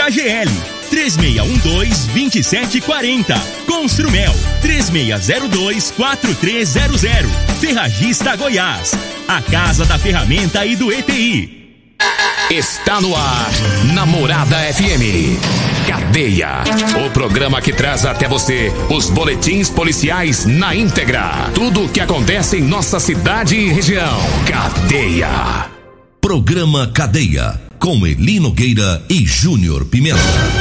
KGL 3612-2740. Construmel 3602-4300. Ferragista Goiás, a casa da ferramenta e do EPI. Está no ar, Namorada FM. Cadeia, o programa que traz até você os boletins policiais na íntegra. Tudo o que acontece em nossa cidade e região. Cadeia. Programa Cadeia, com Eli Nogueira e Júnior Pimenta.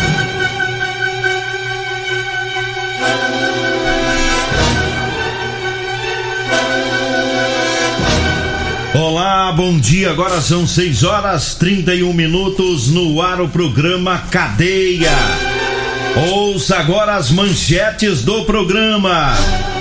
Olá, bom dia, agora são 6h31, no ar o programa Cadeia. Ouça agora as manchetes do programa.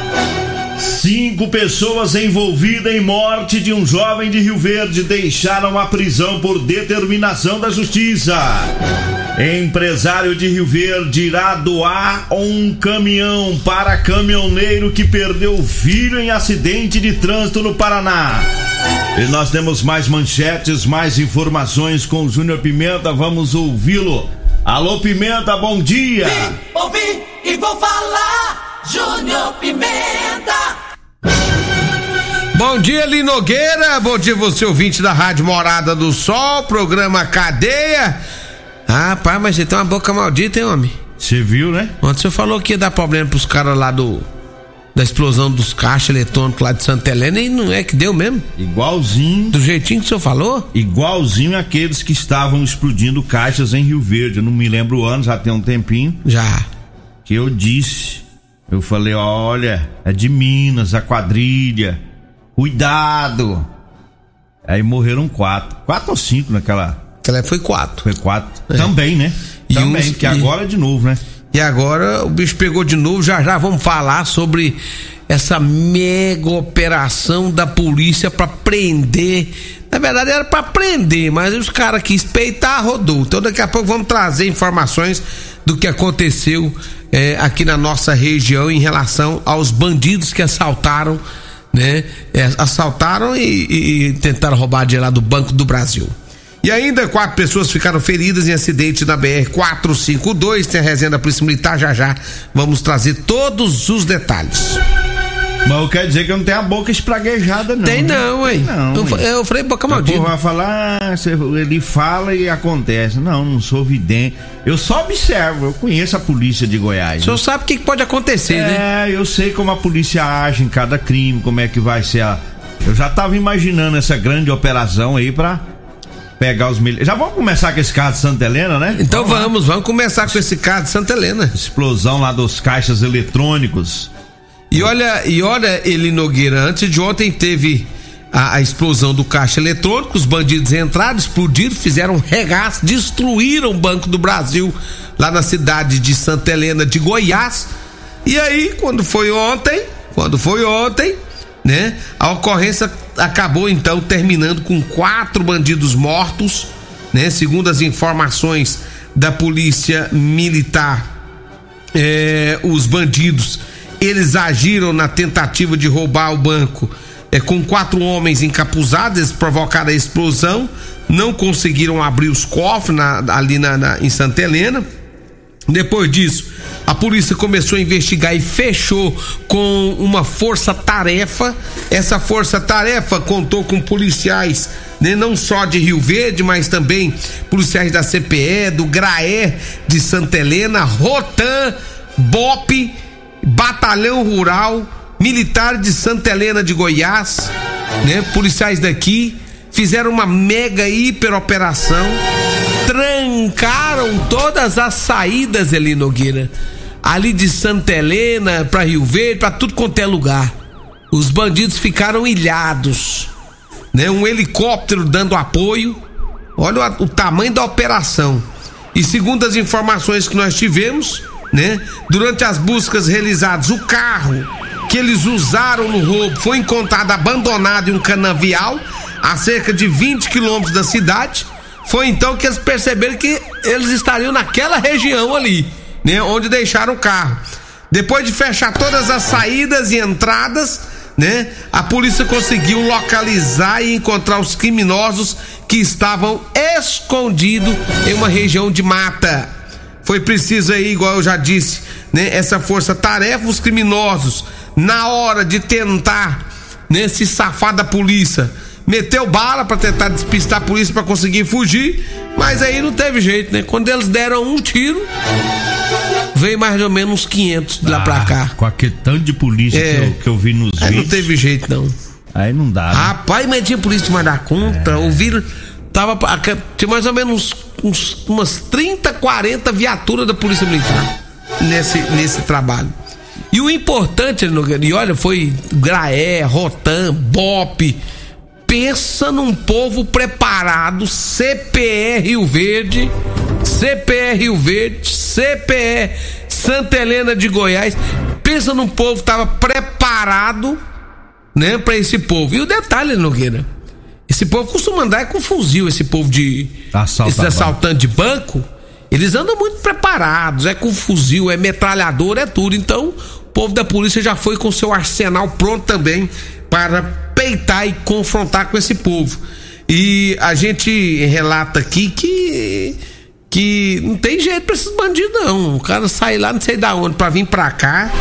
5 pessoas envolvidas em morte de um jovem de Rio Verde deixaram a prisão por determinação da justiça. Empresário de Rio Verde irá doar um caminhão para caminhoneiro que perdeu o filho em acidente de trânsito no Paraná. E nós temos mais manchetes, mais informações com o Júnior Pimenta, vamos ouvi-lo. Alô Pimenta, bom dia! Vim, ouvi e vou falar, Júnior Pimenta! Bom dia, Eli Nogueira, bom dia você ouvinte da Rádio Morada do Sol, programa Cadeia. Ah, pai, mas você tem uma boca maldita, hein, homem? Você viu, né? Ontem você falou que ia dar problema pros caras lá da explosão dos caixas eletrônicos lá de Santa Helena, e não é que deu mesmo? Igualzinho. Do jeitinho que o senhor falou? Igualzinho aqueles que estavam explodindo caixas em Rio Verde. Eu não me lembro o ano, já tem um tempinho. Já. Que eu disse. Eu falei, olha, é de Minas, a quadrilha. Cuidado. Aí morreram 4 ou 5 naquela... Aquela foi 4. Foi 4. É. Também, né? Também, que agora de novo, né? E agora o bicho pegou de novo, já vamos falar sobre essa mega operação da polícia pra prender. Na verdade era pra prender, mas os caras quis peitar, rodou. Então daqui a pouco vamos trazer informações do que aconteceu aqui na nossa região em relação aos bandidos que assaltaram, né? Assaltaram e tentaram roubar dinheiro lá do Banco do Brasil. E ainda 4 pessoas ficaram feridas em acidente na BR-452, tem a resenha da Polícia Militar, já vamos trazer todos os detalhes. Mas eu quero dizer que eu não tenho a boca espraguejada, não. Tem não, hein? Eu falei boca maldita. Vai falar, ele fala e acontece. Não sou vidente. Eu só observo, eu conheço a polícia de Goiás. O senhor sabe o que pode acontecer, né? Eu sei como a polícia age em cada crime, como é que vai ser Eu já tava imaginando essa grande operação aí pra pegar os milhares. Já vamos começar com esse caso de Santa Helena, né? Então vamos começar com esse caso de Santa Helena. Explosão lá dos caixas eletrônicos. E olha, Eli Nogueira, antes de ontem teve a explosão do caixa eletrônico, os bandidos entraram, explodiram, fizeram um regaço, destruíram o Banco do Brasil lá na cidade de Santa Helena de Goiás. E aí, quando foi ontem, né? A ocorrência acabou então terminando com 4 bandidos mortos, né? Segundo as informações da Polícia Militar, os bandidos, eles agiram na tentativa de roubar o banco com 4 homens encapuzados. Eles provocaram a explosão, não conseguiram abrir os cofres ali em Santa Helena. Depois disso, a polícia começou a investigar e fechou com uma força-tarefa. Essa força-tarefa contou com policiais, né, não só de Rio Verde, mas também policiais da CPE, do GRAE de Santa Helena, Rotan, BOP, Batalhão Rural, Militar de Santa Helena de Goiás, né? Policiais daqui fizeram uma mega hiperoperação, trancaram todas as saídas, Eli Nogueira, ali de Santa Helena pra Rio Verde, pra tudo quanto é lugar. Os bandidos ficaram ilhados, né? Um helicóptero dando apoio. Olha o tamanho da operação. E segundo as informações que nós tivemos, né, durante as buscas realizadas, o carro que eles usaram no roubo foi encontrado abandonado em um canavial a cerca de 20 quilômetros da cidade. Foi então que eles perceberam que eles estariam naquela região ali, né, onde deixaram o carro. Depois de fechar todas as saídas e entradas, né? A polícia conseguiu localizar e encontrar os criminosos que estavam escondidos em uma região de mata. Foi preciso aí, igual eu já disse, né? Essa força-tarefa, os criminosos, na hora de tentar, né, se safar da polícia, meteu bala para tentar despistar a polícia para conseguir fugir, mas aí não teve jeito, né? Quando eles deram um tiro, veio mais ou menos uns 500 de lá pra cá. Com aquele tanto de polícia que eu vi nos vídeos. Não teve jeito, não. Aí não dá, né? Rapaz, mas tinha polícia de mais dar conta. Ouviram, tinha mais ou menos umas 30, 40 viaturas da Polícia Militar nesse trabalho. E o importante, e olha, foi Graé, Rotan, BOP. Pensa num povo preparado, CPE Rio Verde, CPE Santa Helena de Goiás. Pensa num povo que estava preparado, né, para esse povo. E o detalhe, Nogueira, esse povo costuma andar com fuzil, esse povo esses assaltantes de banco, eles andam muito preparados, é com fuzil, é metralhador, é tudo. Então, o povo da polícia já foi com seu arsenal pronto também para peitar e confrontar com esse povo. E a gente relata aqui que não tem jeito pra esses bandidos, não. O cara sai lá não sei da onde pra vir pra cá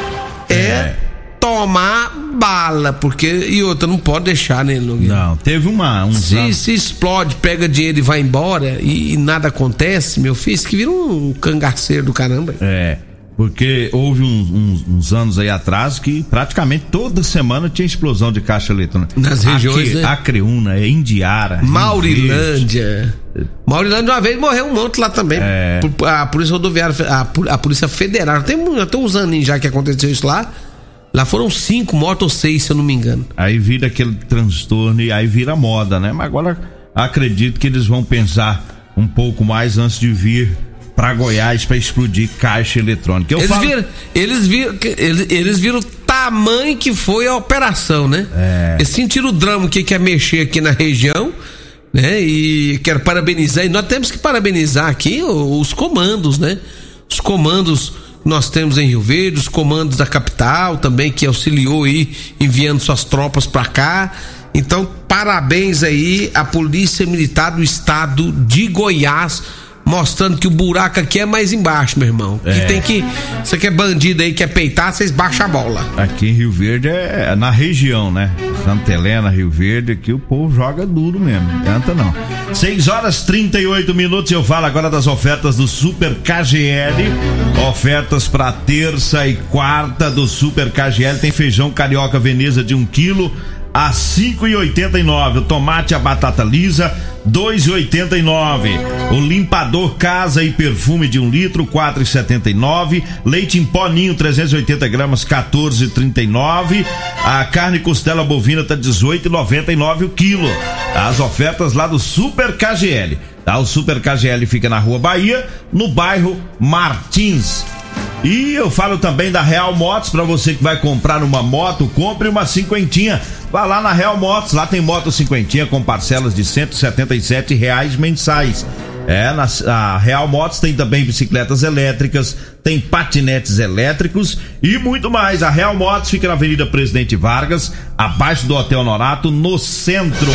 tomar bala, porque e outra, não pode deixar, né, Nogueira? Não, teve se explode, pega dinheiro e vai embora e nada acontece, meu filho, isso que vira um cangaceiro do caramba. Porque houve uns anos aí atrás que praticamente toda semana tinha explosão de caixa eletrônica. Nas regiões, né? Acreúna, Indiara, Maurilândia. Maurilândia uma vez morreu um monte lá também. A Polícia Rodoviária, a Polícia Federal. Tem uns aninhos já que aconteceu isso lá. Lá foram 5 mortos ou 6, se eu não me engano. Aí vira aquele transtorno e aí vira moda, né? Mas agora acredito que eles vão pensar um pouco mais antes de vir pra Goiás pra explodir caixa eletrônica. Eles viram o tamanho que foi a operação, né? Eles sentiram o drama que é mexer aqui na região, né? E quero parabenizar, e nós temos que parabenizar aqui os comandos, né? Os comandos que nós temos em Rio Verde, os comandos da capital também, que auxiliou aí enviando suas tropas pra cá. Então, parabéns aí à Polícia Militar do Estado de Goiás, mostrando que o buraco aqui é mais embaixo, meu irmão. Que tem que. Você que é bandido aí, quer peitar, vocês baixam a bola. Aqui em Rio Verde é na região, né? Santa Helena, Rio Verde, aqui o povo joga duro mesmo. Não adianta não. 6h38. Eu falo agora das ofertas do Super KGL. Ofertas para terça e quarta do Super KGL. Tem feijão carioca Veneza de 1 quilo a 5,89. O tomate, a batata lisa, 2,89. O limpador casa e perfume de 1 litro, 4,79. Leite em pó Ninho, 380 gramas, 14,39. A carne costela bovina tá 18,99 o quilo. As ofertas lá do Super KGL. Tá? O Super KGL fica na Rua Bahia, no bairro Martins. E eu falo também da Real Motos, para você que vai comprar uma moto, compre uma cinquentinha. Vá lá na Real Motos, lá tem moto cinquentinha com parcelas de R$177 mensais. Na Real Motos tem também bicicletas elétricas, tem patinetes elétricos e muito mais. A Real Motos fica na Avenida Presidente Vargas, abaixo do Hotel Norato, no centro.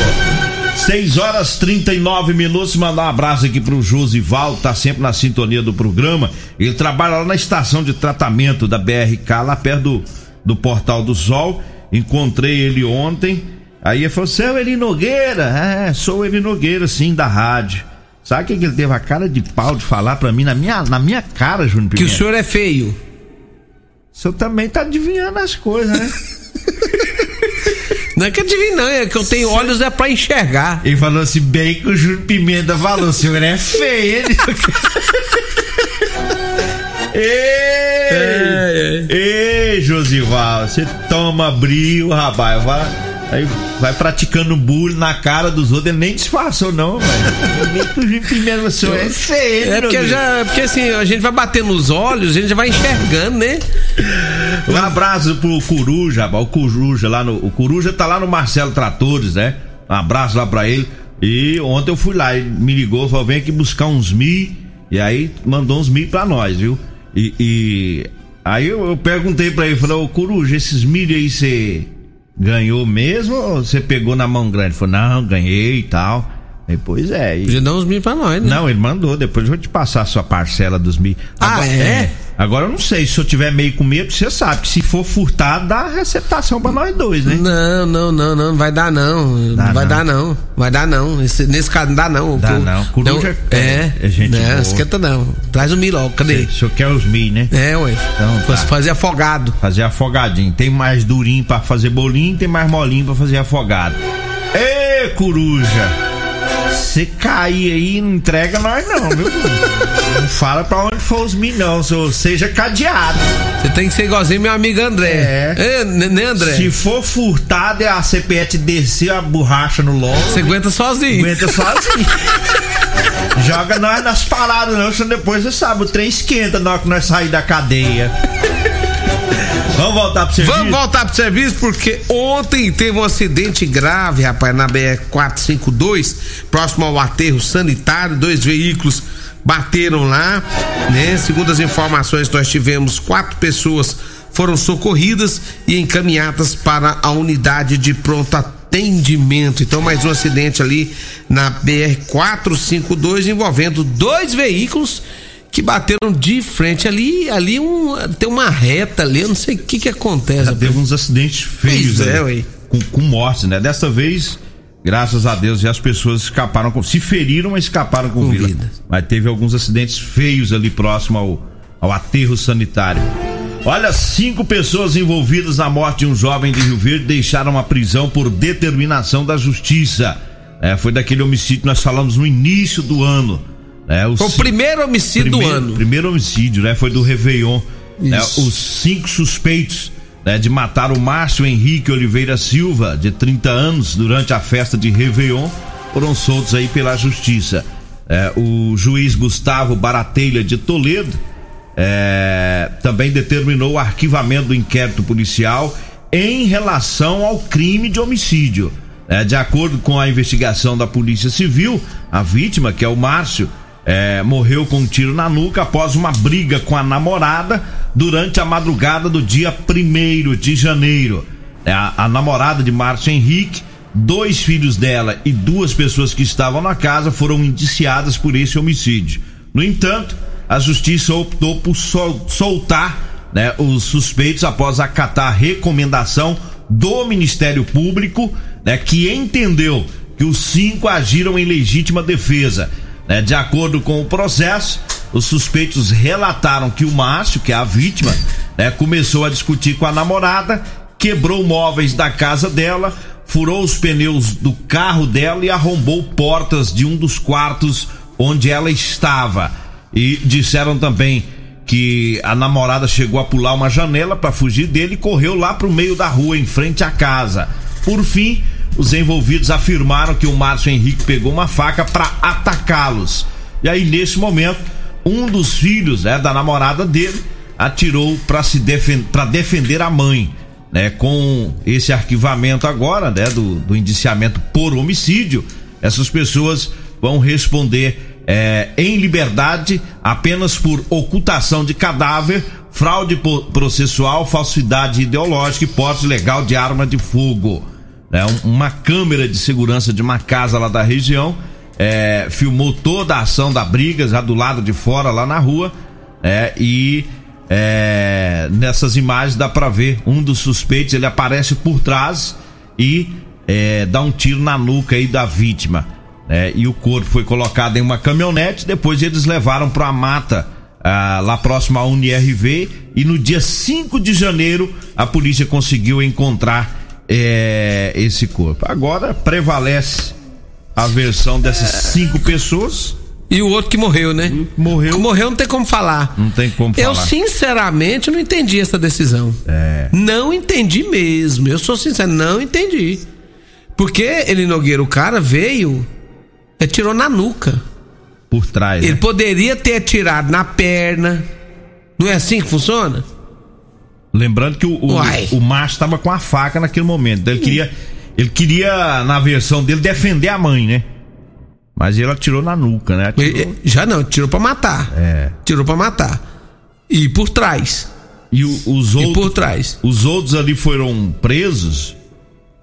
6h39. Mandar um abraço aqui pro Josival, tá sempre na sintonia do programa. Ele trabalha lá na estação de tratamento da BRK, lá perto do Portal do Sol. Encontrei ele ontem. Aí ele falou: você é o Eli Nogueira? Sou o Eli Nogueira, sim, da rádio. Sabe o que ele teve a cara de pau de falar pra mim na minha cara, Júnior Pimenta? Que o senhor é feio. O senhor também tá adivinhando as coisas, né? Não é que adivinha, não, é que eu tenho olhos pra enxergar. Ele falou assim, bem que o Júnior Pimenta falou: o senhor é feio. Ei, Josival, você toma brilho, rapaz. Vai praticando bullying na cara dos outros. Ele nem disfarçou, não, velho. Nem que o Júnior Pimenta, o senhor é feio. Porque assim, a gente vai bater nos olhos, a gente já vai enxergando, né? Um abraço pro Coruja, o Coruja tá lá no Marcelo Tratores, né? Um abraço lá pra ele. E ontem eu fui lá, ele me ligou, falou: vem aqui buscar uns milho. E aí mandou uns milho pra nós, viu? E aí eu perguntei pra ele, falei: ô Coruja, esses milho aí Ganhou mesmo ou você pegou na mão grande? Falou, não, ganhei e tal. Aí, pois é. Podia dar uns 1.000 pra nós, né? Não, ele mandou, depois eu vou te passar a sua parcela dos 1.000. Agora, Agora eu não sei, se eu tiver meio com medo, você sabe que se for furtado, dá receptação pra nós dois, né? Não vai dar não. Vai dar não. Nesse caso não dá não. Não. Coruja é gente boa. Não esquenta não. Traz o 1.000 logo, cadê? O senhor quer os 1.000, né? Ué. Então, tá. Fazer afogado. Fazer afogadinho. Tem mais durinho pra fazer bolinho, tem mais molinho pra fazer afogado. Ê, coruja! Você cair aí, não entrega nós não, viu? Não fala pra onde for os 1.000 não, seja cadeado. Você tem que ser igualzinho meu amigo André. Né, André? Se for furtado, a CPF descer a borracha no lombo. Você aguenta sozinho. Joga nós nas paradas não, senão depois você sabe, o trem esquenta na hora que nós sair da cadeia. Vamos voltar pro serviço? Vamos voltar pro serviço porque ontem teve um acidente grave, rapaz, na BR-452, próximo ao aterro sanitário. 2 veículos bateram lá, né? Segundo as informações que nós tivemos, 4 pessoas foram socorridas e encaminhadas para a unidade de pronto atendimento. Então, mais um acidente ali na BR-452 envolvendo 2 veículos que bateram de frente ali tem uma reta ali, eu não sei o que acontece. Já teve uns acidentes feios ali, com morte, né? Dessa vez, graças a Deus, as pessoas escaparam, se feriram, mas escaparam com vida. Mas teve alguns acidentes feios ali próximo ao aterro sanitário. Olha, 5 pessoas envolvidas na morte de um jovem de Rio Verde deixaram a prisão por determinação da justiça. Foi daquele homicídio que nós falamos no início do ano. Foi o primeiro homicídio do ano. Primeiro homicídio, né? Foi do Réveillon. Os 5 suspeitos, né, de matar o Márcio Henrique Oliveira Silva, de 30 anos, durante a festa de Réveillon, foram soltos aí pela justiça. O juiz Gustavo Baratelha de Toledo também determinou o arquivamento do inquérito policial em relação ao crime de homicídio. De acordo com a investigação da Polícia Civil, a vítima, que é o Márcio, morreu com um tiro na nuca após uma briga com a namorada durante a madrugada do dia 1º de janeiro. A namorada de Márcio Henrique, 2 filhos dela e 2 pessoas que estavam na casa foram indiciadas por esse homicídio. No entanto, a justiça optou por soltar, né, os suspeitos após acatar a recomendação do Ministério Público, né, que entendeu que os 5 agiram em legítima defesa. De acordo com o processo, os suspeitos relataram que o Márcio, que é a vítima, começou a discutir com a namorada, quebrou móveis da casa dela, furou os pneus do carro dela e arrombou portas de um dos quartos onde ela estava. E disseram também que a namorada chegou a pular uma janela para fugir dele e correu lá pro meio da rua, em frente à casa. Por fim, os envolvidos afirmaram que o Márcio Henrique pegou uma faca para atacá-los. E aí, nesse momento, um dos filhos, da namorada dele atirou para defender a mãe. Com esse arquivamento agora, do indiciamento por homicídio, essas pessoas vão responder em liberdade apenas por ocultação de cadáver, fraude processual, falsidade ideológica e porte ilegal de arma de fogo. Uma câmera de segurança de uma casa lá da região filmou toda a ação da briga, já do lado de fora, lá na rua, e nessas imagens dá pra ver um dos suspeitos, ele aparece por trás e dá um tiro na nuca aí da vítima. E o corpo foi colocado em uma caminhonete, depois eles levaram pra mata lá próximo à UniRV, e no dia 5 de janeiro a polícia conseguiu encontrar esse corpo. Agora prevalece a versão dessas 5 pessoas. E o outro que morreu, né? Morreu não tem como falar. Não tem como falar. Eu sinceramente não entendi essa decisão. Não entendi mesmo. Eu sou sincero, não entendi. Porque ele, Nogueira, o cara veio, atirou na nuca. Por trás. Ele poderia ter atirado na perna. Não é assim que funciona? Lembrando que o Márcio estava com a faca naquele momento. Então ele queria, na versão dele, defender a mãe, né? Mas ele atirou na nuca, né? Atirou pra matar. Tirou pra matar. E por trás. E os outros. E por trás. Os outros ali foram presos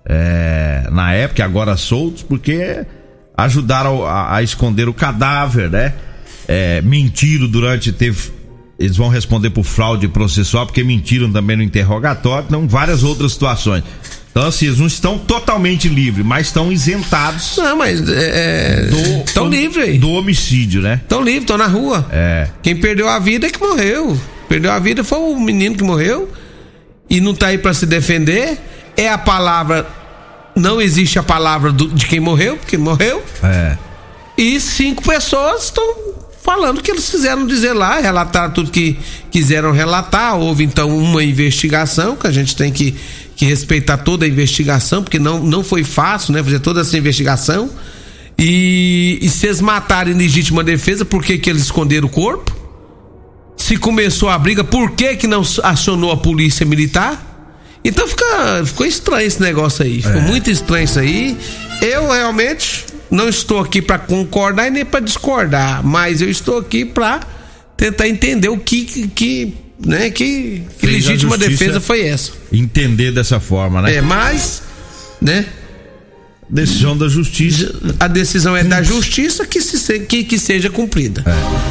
na época, agora soltos, porque ajudaram a esconder o cadáver, né? Mentiram eles vão responder por fraude processual, porque mentiram também no interrogatório, então várias outras situações. Então, assim, eles não estão totalmente livres, mas estão isentados. Não, mas estão livres aí. Do homicídio, né? Estão livres, estão na rua. Quem perdeu a vida é que morreu. Perdeu a vida foi o menino que morreu e não tá aí pra se defender. É a palavra, não existe a palavra de quem morreu, porque morreu. E 5 pessoas estão falando o que eles quiseram dizer lá, relatar tudo que quiseram relatar. Houve então uma investigação, que a gente tem que respeitar toda a investigação, porque não foi fácil, né, fazer toda essa investigação. E se eles matarem em legítima defesa, por que eles esconderam o corpo? Se começou a briga, por que não acionou a polícia militar? Então ficou estranho esse negócio aí, ficou muito estranho isso aí. Eu realmente não estou aqui para concordar e nem para discordar, mas eu estou aqui para tentar entender o que legítima defesa foi essa. Entender dessa forma, né? Mas, né? Decisão da justiça. A decisão é da justiça que seja cumprida.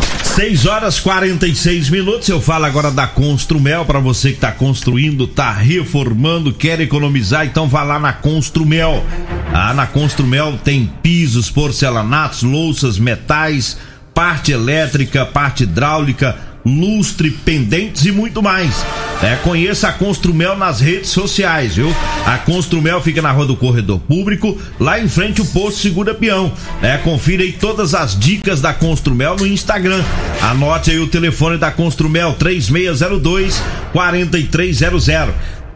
6h46. Eu falo agora da Construmel, para você que tá construindo, tá reformando, quer economizar, então vá lá na Construmel. Na Construmel tem pisos, porcelanatos, louças, metais, parte elétrica, parte hidráulica, lustre, pendentes e muito mais. Conheça a Construmel nas redes sociais, viu? A Construmel fica na Rua do Corredor Público, lá em frente ao posto Segura Peão. Confira aí todas as dicas da Construmel no Instagram. Anote aí o telefone da Construmel, 3602-4300.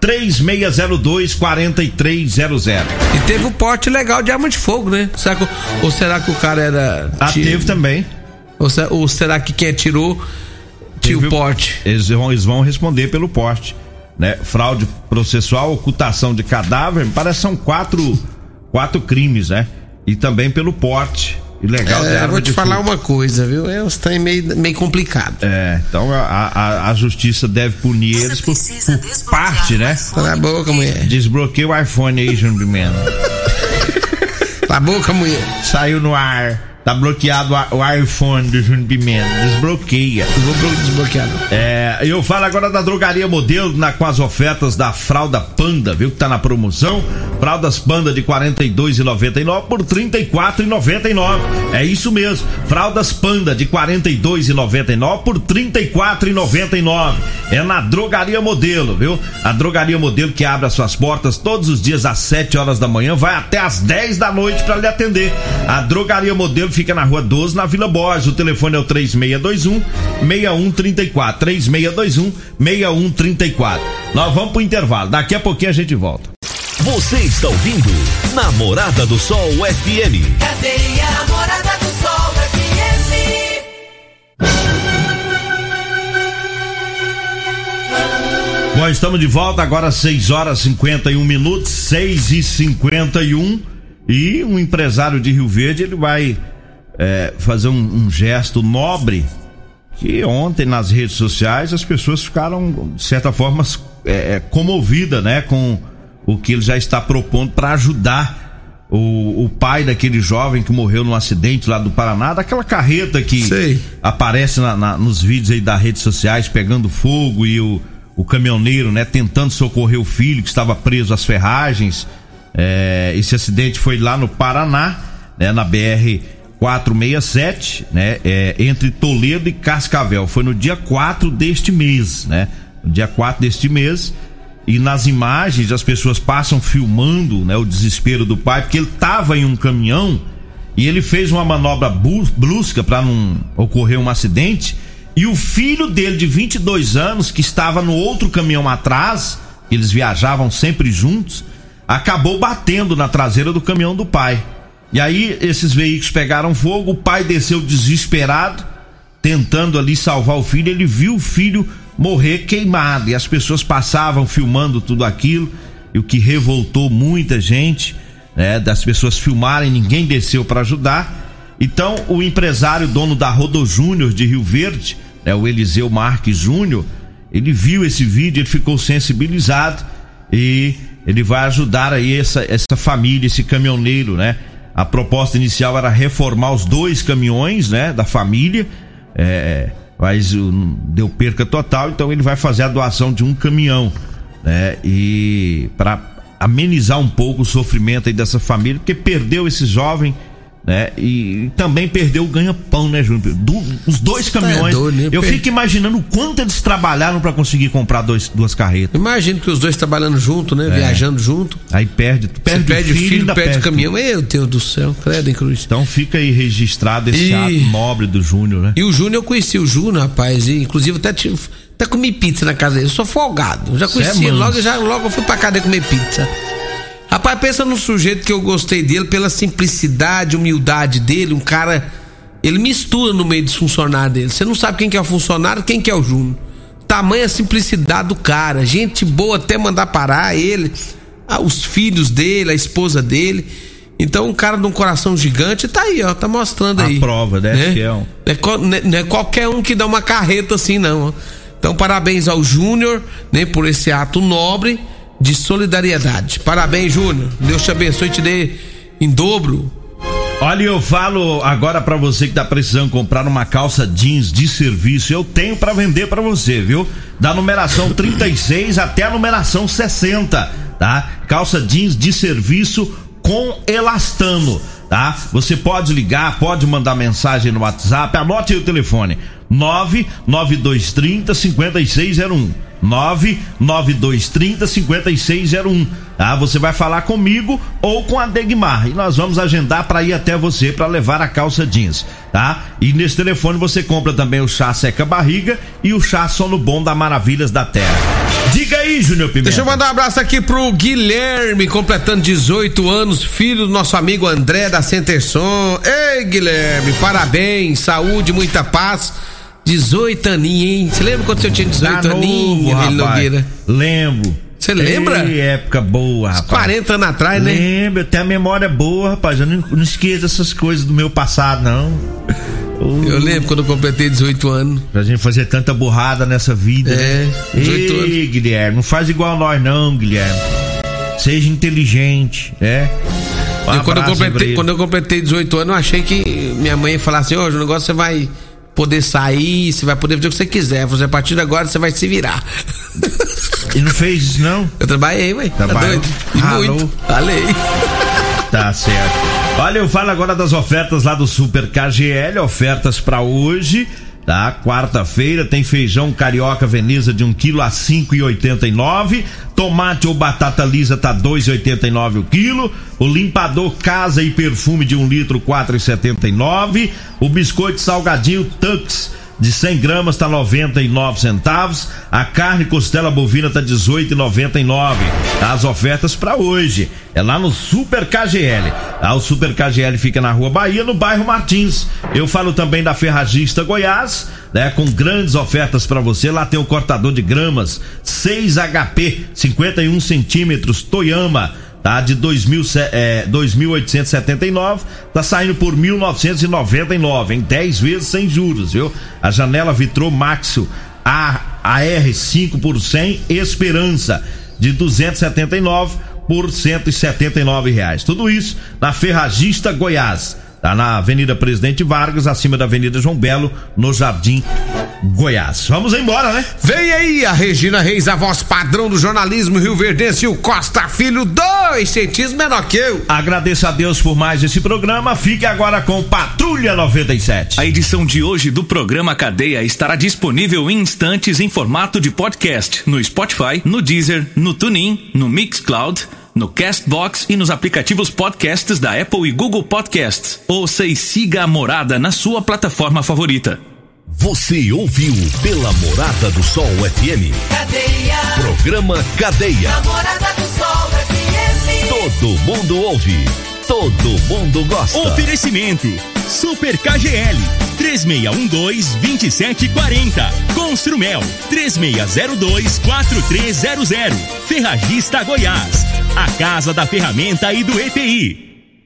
3602-4300. E teve o porte legal de arma de fogo, né? Será que o cara era... Teve também. Ou será que quem atirou tinha o porte? Eles vão responder pelo porte, né? Fraude processual, ocultação de cadáver, parece que são quatro crimes, né? E também pelo porte ilegal de arma. Eu vou te falar uma coisa, viu? Está meio complicado. Então a justiça deve punir eles por parte, né? Cala a boca, mulher. Desbloqueia o iPhone aí, Júnior Pimenta. Cala a boca, mulher. Saiu no ar. Tá bloqueado o iPhone do Júnior Pimenta. Desbloqueia. Eu vou desbloquear. Eu falo agora da Drogaria Modelo, com as ofertas da fralda Panda, viu? Que tá na promoção. Fraldas Panda de R$ 42,99 por R$ 34,99. É isso mesmo. Fraldas Panda de R$ 42,99 por R$ 34,99. É na Drogaria Modelo, viu? A Drogaria Modelo que abre as suas portas todos os dias às 7 horas da manhã, vai até às 10 da noite para lhe atender. A Drogaria Modelo fica na Rua 12, na Vila Borges. O telefone é o 3621-6134. 3621-6134. Nós vamos pro intervalo. Daqui a pouquinho a gente volta. Você está ouvindo Namorada do Sol FM. Cadeia Namorada do Sol FM. Bom, estamos de volta agora, 6h51, 6h51. E um empresário de Rio Verde, ele vai fazer um gesto nobre, que ontem nas redes sociais as pessoas ficaram, de certa forma, comovidas, né, com o que ele já está propondo para ajudar o pai daquele jovem que morreu num acidente lá do Paraná, daquela carreta que aparece nos vídeos aí das redes sociais pegando fogo, e o caminhoneiro, né, tentando socorrer o filho que estava preso às ferragens. Esse acidente foi lá no Paraná, né, na BR-467, né, entre Toledo e Cascavel. Foi no dia 4 deste mês, né? No dia 4 deste mês. E nas imagens as pessoas passam filmando, né, o desespero do pai, porque ele estava em um caminhão e ele fez uma manobra brusca para não ocorrer um acidente. E o filho dele, de 22 anos, que estava no outro caminhão atrás, eles viajavam sempre juntos, acabou batendo na traseira do caminhão do pai. E aí esses veículos pegaram fogo, o pai desceu desesperado, tentando ali salvar o filho. Ele viu o filho morrer queimado, e as pessoas passavam filmando tudo aquilo, e o que revoltou muita gente, né, das pessoas filmarem, ninguém desceu para ajudar. Então o empresário, dono da Rodo Júnior de Rio Verde, né, o Eliseu Marques Júnior, ele viu esse vídeo, ele ficou sensibilizado e ele vai ajudar aí essa família, esse caminhoneiro, né? A proposta inicial era reformar os 2 caminhões, né? Da família, mas deu perca total, então ele vai fazer a doação de um caminhão, né? E para amenizar um pouco o sofrimento aí dessa família, porque perdeu esse jovem, né? E também perdeu o ganha-pão, né, Júnior? Os 2 caminhões. Eu fico imaginando o quanto eles trabalharam para conseguir comprar 2 carretas. Imagino que os 2 trabalhando junto, né? Viajando junto. Aí perde o filho, perde o caminhão. Meu Deus do céu, credo em cruz. Então fica aí registrado esse ato nobre do Júnior, né? E o Júnior, eu conheci o Júnior, rapaz, e inclusive até comi pizza na casa dele. Eu sou folgado. Eu já conheci logo eu fui pra cadeia comer pizza. Rapaz, pensa num sujeito que eu gostei dele pela simplicidade, humildade dele, um cara, ele mistura no meio dos funcionários dele. Você não sabe quem que é o funcionário, quem que é o Júnior. Tamanha simplicidade do cara, gente boa até mandar parar ele, os filhos dele, a esposa dele. Então um cara de um coração gigante tá aí, ó, tá mostrando aí. A prova, né? Que não é qualquer um que dá uma carreta assim, não, ó. Então parabéns ao Júnior, né, por esse ato nobre de solidariedade. Parabéns, Júnior. Deus te abençoe e te dê em dobro. Olha, eu falo agora pra você que tá precisando comprar uma calça jeans de serviço. Eu tenho pra vender pra você, viu? Da numeração 36 até a numeração 60, tá? Calça jeans de serviço com elastano, tá? Você pode ligar, pode mandar mensagem no WhatsApp. Anote aí o telefone: 99230-5601. 99230-5601. Tá? Você vai falar comigo ou com a Degmar e nós vamos agendar para ir até você para levar a calça jeans, tá? E nesse telefone você compra também o chá seca barriga e o chá sono bom da Maravilhas da Terra. Diga aí, Júnior Pimenta. Deixa eu mandar um abraço aqui pro Guilherme, completando 18 anos, filho do nosso amigo André da Centerson. Ei, Guilherme, parabéns, saúde, muita paz. 18 aninhos, hein? Você lembra quando você tinha 18 aninhos, Nogueira? Lembro. Você lembra? Que época boa, rapaz. 40 anos atrás, né? Lembro, até a memória boa, rapaz. Eu não esqueço essas coisas do meu passado, não. Eu lembro quando eu completei 18 anos. Pra gente fazer tanta burrada nessa vida. 18 anos. Ei, Guilherme, não faz igual nós, não, Guilherme. Seja inteligente, Quando eu completei 18 anos, eu achei que minha mãe ia falar assim: o negócio você vai poder sair, você vai poder fazer o que você quiser. Você, a partir de agora você vai se virar. E não fez isso, não? Eu trabalhei, ué. Tá doido? E muito. Falei. Tá certo. Olha, eu falo agora das ofertas lá do Super KGL, ofertas pra hoje, tá? Quarta-feira tem feijão carioca Veneza de 1 kg a 5,89. Tomate ou batata lisa tá 2,89 o quilo. O limpador casa e perfume de 1 litro 4,79. O biscoito salgadinho Tux de 100 gramas tá 99 centavos. A carne costela bovina tá 18,99. As ofertas para hoje é lá no Super KGL. O Super KGL fica na Rua Bahia, no bairro Martins. Eu falo também da Ferragista Goiás, né, com grandes ofertas para você. Lá tem o cortador de gramas 6 HP 51 centímetros Toyama, tá? De 2.879, tá saindo por 1.999 em 10 vezes sem juros, viu? A janela vitrô Maxio AR5 por 100 Esperança de 279 por R$179. Tudo isso na Ferragista Goiás. Tá na Avenida Presidente Vargas, acima da Avenida João Belo, no Jardim Goiás. Vamos embora, né? Vem aí a Regina Reis, a voz padrão do jornalismo rioverdense, e o Costa Filho, 2 centímetros menor que eu. Agradeço a Deus por mais esse programa. Fique agora com Patrulha 97. A edição de hoje do programa Cadeia estará disponível em instantes em formato de podcast no Spotify, no Deezer, no TuneIn, no Mixcloud, no Castbox e nos aplicativos podcasts da Apple e Google Podcasts. Ouça e siga a Morada na sua plataforma favorita. Você ouviu pela Morada do Sol FM. Cadeia. Programa Cadeia. Morada do Sol FM. Todo mundo ouve. Todo mundo gosta. Oferecimento Super KGL 3612-2740. Construmel 3602-4300. Ferragista Goiás, a casa da ferramenta e do EPI.